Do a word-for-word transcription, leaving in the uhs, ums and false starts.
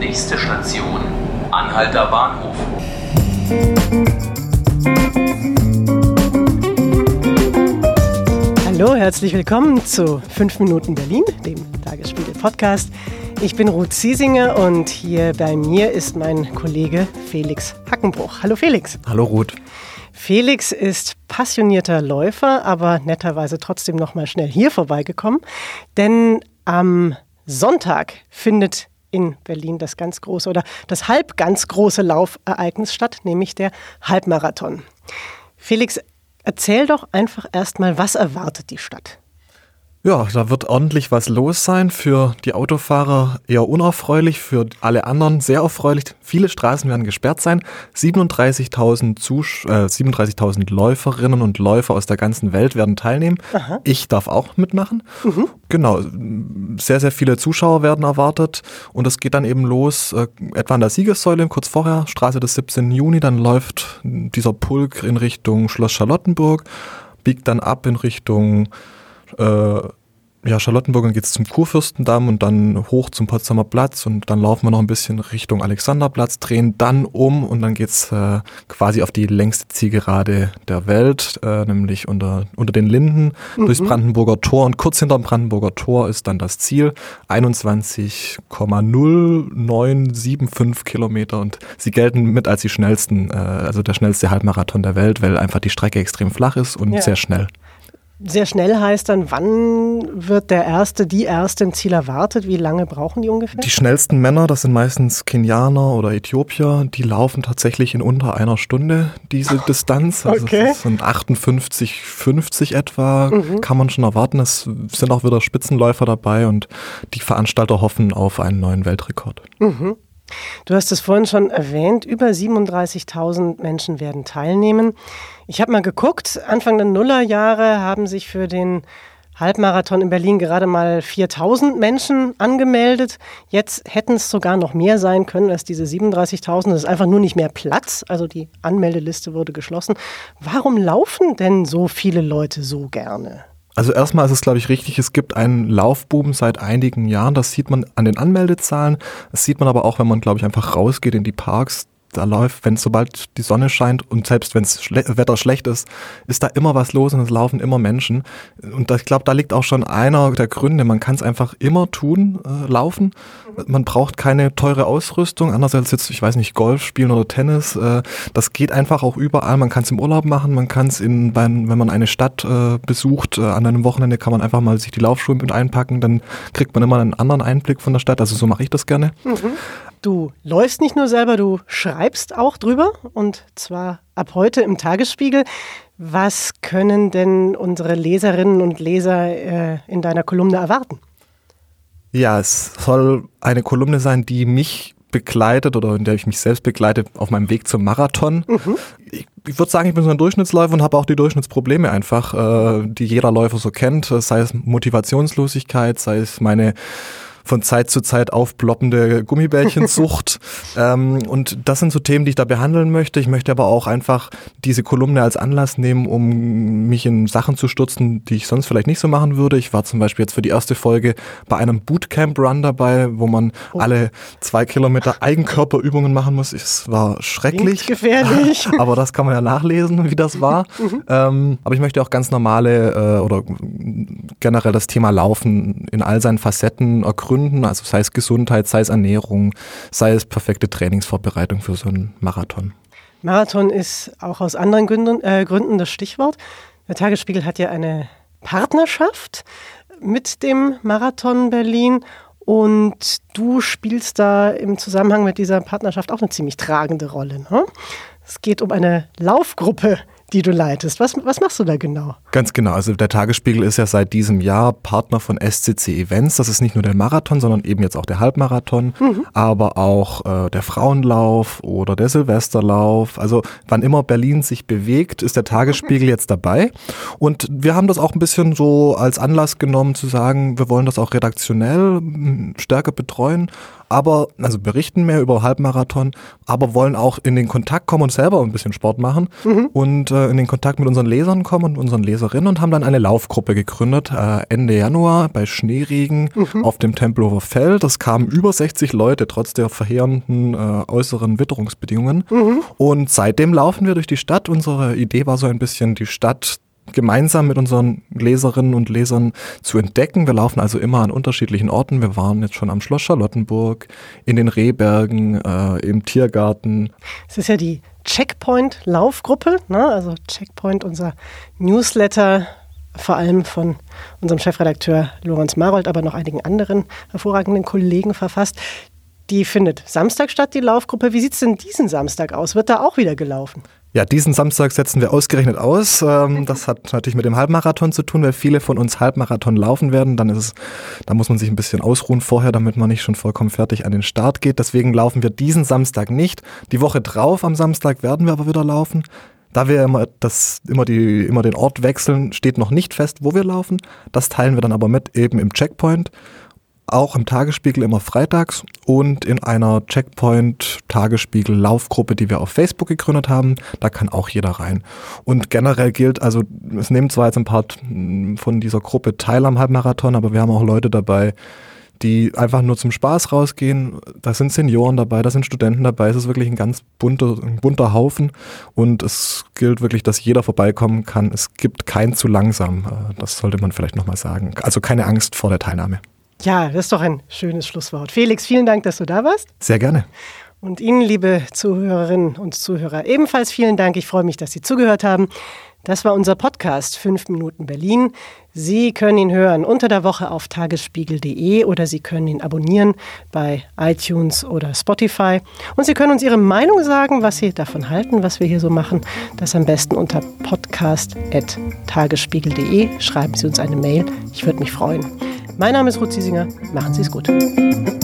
Nächste Station, Anhalter Bahnhof. Hallo, herzlich willkommen zu fünf Minuten Berlin, dem Tagesspiegel-Podcast. Ich bin Ruth Ziesinger und hier bei mir ist mein Kollege Felix Hackenbruch. Hallo Felix. Hallo Ruth. Felix ist passionierter Läufer, aber netterweise trotzdem noch mal schnell hier vorbeigekommen. Denn am Sonntag findet in Berlin das ganz große oder das halb ganz große Laufereignis statt, nämlich der Halbmarathon. Felix, erzähl doch einfach erstmal, was erwartet die Stadt? Ja, da wird ordentlich was los sein. Für die Autofahrer eher unerfreulich, für alle anderen sehr erfreulich. Viele Straßen werden gesperrt sein. siebenunddreißigtausend, Zus- äh, siebenunddreißigtausend Läuferinnen und Läufer aus der ganzen Welt werden teilnehmen. Aha. Ich darf auch mitmachen. Mhm. Genau, sehr, sehr viele Zuschauer werden erwartet. Und es geht dann eben los, äh, etwa an der Siegessäule, kurz vorher, Straße des siebzehnten Juni. Dann läuft dieser Pulk in Richtung Schloss Charlottenburg, biegt dann ab in Richtung Äh, ja, Charlottenburg, dann geht es zum Kurfürstendamm und dann hoch zum Potsdamer Platz und dann laufen wir noch ein bisschen Richtung Alexanderplatz, drehen dann um und dann geht es äh, quasi auf die längste Zielgerade der Welt, äh, nämlich unter, unter den Linden, mhm. durchs Brandenburger Tor, und kurz hinter dem Brandenburger Tor ist dann das Ziel, einundzwanzig Komma null neun sieben fünf Kilometer, und sie gelten mit als die schnellsten, äh, also der schnellste Halbmarathon der Welt, weil einfach die Strecke extrem flach ist und ja. sehr schnell. Sehr schnell heißt dann, wann wird der Erste, die Erste im Ziel erwartet? Wie lange brauchen die ungefähr? Die schnellsten Männer, das sind meistens Kenianer oder Äthiopier, die laufen tatsächlich in unter einer Stunde diese Distanz. Also okay. Das sind achtundfünfzig, fünfzig etwa, mhm. kann man schon erwarten. Es sind auch wieder Spitzenläufer dabei und die Veranstalter hoffen auf einen neuen Weltrekord. Mhm. Du hast es vorhin schon erwähnt, über siebenunddreißigtausend Menschen werden teilnehmen. Ich habe mal geguckt, Anfang der Nullerjahre haben sich für den Halbmarathon in Berlin gerade mal viertausend Menschen angemeldet. Jetzt hätten es sogar noch mehr sein können als diese siebenunddreißigtausend. Es ist einfach nur nicht mehr Platz, also die Anmeldeliste wurde geschlossen. Warum laufen denn so viele Leute so gerne? Also erstmal ist es, glaube ich, richtig, es gibt einen Laufboom seit einigen Jahren, das sieht man an den Anmeldezahlen, das sieht man aber auch, wenn man, glaube ich, einfach rausgeht in die Parks. Da läuft, wenn sobald die Sonne scheint und selbst wenn das Schle- Wetter schlecht ist, ist da immer was los und es laufen immer Menschen. Und ich glaube, da liegt auch schon einer der Gründe. Man kann es einfach immer tun, äh, laufen. Man braucht keine teure Ausrüstung, anders als jetzt, ich weiß nicht, Golf spielen oder Tennis. Äh, das geht einfach auch überall. Man kann es im Urlaub machen, man kann es in, wenn man eine Stadt äh, besucht, äh, an einem Wochenende kann man einfach mal sich die Laufschuhe mit einpacken, dann kriegt man immer einen anderen Einblick von der Stadt. Also so mache ich das gerne. Mhm. Du läufst nicht nur selber, du schreibst auch drüber, und zwar ab heute im Tagesspiegel. Was können denn unsere Leserinnen und Leser äh, in deiner Kolumne erwarten? Ja, es soll eine Kolumne sein, die mich begleitet oder in der ich mich selbst begleite auf meinem Weg zum Marathon. Mhm. Ich, ich würde sagen, ich bin so ein Durchschnittsläufer und habe auch die Durchschnittsprobleme einfach, äh, die jeder Läufer so kennt, sei es Motivationslosigkeit, sei es meine von Zeit zu Zeit aufploppende Gummibärchensucht. ähm, und das sind so Themen, die ich da behandeln möchte. Ich möchte aber auch einfach diese Kolumne als Anlass nehmen, um mich in Sachen zu stürzen, die ich sonst vielleicht nicht so machen würde. Ich war zum Beispiel jetzt für die erste Folge bei einem Bootcamp-Run dabei, wo man oh. alle zwei Kilometer Eigenkörperübungen machen muss. Es war schrecklich. Klingt gefährlich. Aber das kann man ja nachlesen, wie das war. Mhm. Ähm, aber ich möchte auch ganz normale äh, oder generell das Thema Laufen in all seinen Facetten ergründen. Also sei es Gesundheit, sei es Ernährung, sei es perfekte Trainingsvorbereitung für so einen Marathon. Marathon ist auch aus anderen Gründen, äh, Gründen das Stichwort. Der Tagesspiegel hat ja eine Partnerschaft mit dem Marathon Berlin, und du spielst da im Zusammenhang mit dieser Partnerschaft auch eine ziemlich tragende Rolle, ne? Es geht um eine Laufgruppe, die du leitest. Was, was machst du da genau? Ganz genau. Also der Tagesspiegel ist ja seit diesem Jahr Partner von S C C Events. Das ist nicht nur der Marathon, sondern eben jetzt auch der Halbmarathon, mhm. aber auch äh, der Frauenlauf oder der Silvesterlauf. Also wann immer Berlin sich bewegt, ist der Tagesspiegel jetzt dabei. Und wir haben das auch ein bisschen so als Anlass genommen zu sagen, wir wollen das auch redaktionell stärker betreuen. aber, also berichten mehr über Halbmarathon, aber wollen auch in den Kontakt kommen und selber ein bisschen Sport machen mhm. und äh, in den Kontakt mit unseren Lesern kommen und unseren Leserinnen und haben dann eine Laufgruppe gegründet, äh, Ende Januar bei Schneeregen mhm. auf dem Tempelhofer Feld. Es kamen über sechzig Leute, trotz der verheerenden äh, äußeren Witterungsbedingungen. Mhm. Und seitdem laufen wir durch die Stadt. Unsere Idee war so ein bisschen, die Stadt gemeinsam mit unseren Leserinnen und Lesern zu entdecken. Wir laufen also immer an unterschiedlichen Orten. Wir waren jetzt schon am Schloss Charlottenburg, in den Rehbergen, äh, im Tiergarten. Es ist ja die Checkpoint-Laufgruppe, ne? Also Checkpoint, unser Newsletter, vor allem von unserem Chefredakteur Lorenz Marold, aber noch einigen anderen hervorragenden Kollegen verfasst. Die findet Samstag statt, die Laufgruppe. Wie sieht es denn diesen Samstag aus? Wird da auch wieder gelaufen? Ja, diesen Samstag setzen wir ausgerechnet aus. Das hat natürlich mit dem Halbmarathon zu tun, weil viele von uns Halbmarathon laufen werden. Dann ist es, da muss man sich ein bisschen ausruhen vorher, damit man nicht schon vollkommen fertig an den Start geht. Deswegen laufen wir diesen Samstag nicht. Die Woche drauf am Samstag werden wir aber wieder laufen. Da wir immer, das, immer, die, immer den Ort wechseln, steht noch nicht fest, wo wir laufen. Das teilen wir dann aber mit eben im Checkpoint. Auch im Tagesspiegel immer freitags und in einer Checkpoint-Tagesspiegel-Laufgruppe, die wir auf Facebook gegründet haben. Da kann auch jeder rein. Und generell gilt, also es nehmen zwar jetzt ein paar von dieser Gruppe teil am Halbmarathon, aber wir haben auch Leute dabei, die einfach nur zum Spaß rausgehen. Da sind Senioren dabei, da sind Studenten dabei. Es ist wirklich ein ganz bunter, ein bunter Haufen und es gilt wirklich, dass jeder vorbeikommen kann. Es gibt kein zu langsam. Das sollte man vielleicht nochmal sagen. Also keine Angst vor der Teilnahme. Ja, das ist doch ein schönes Schlusswort. Felix, vielen Dank, dass du da warst. Sehr gerne. Und Ihnen, liebe Zuhörerinnen und Zuhörer, ebenfalls vielen Dank. Ich freue mich, dass Sie zugehört haben. Das war unser Podcast fünf Minuten Berlin. Sie können ihn hören unter der Woche auf tagesspiegel punkt de oder Sie können ihn abonnieren bei iTunes oder Spotify. Und Sie können uns Ihre Meinung sagen, was Sie davon halten, was wir hier so machen. Das am besten unter podcast at tagesspiegel punkt de. Schreiben Sie uns eine Mail. Ich würde mich freuen. Mein Name ist Ruth Ziesinger. Machen Sie es gut.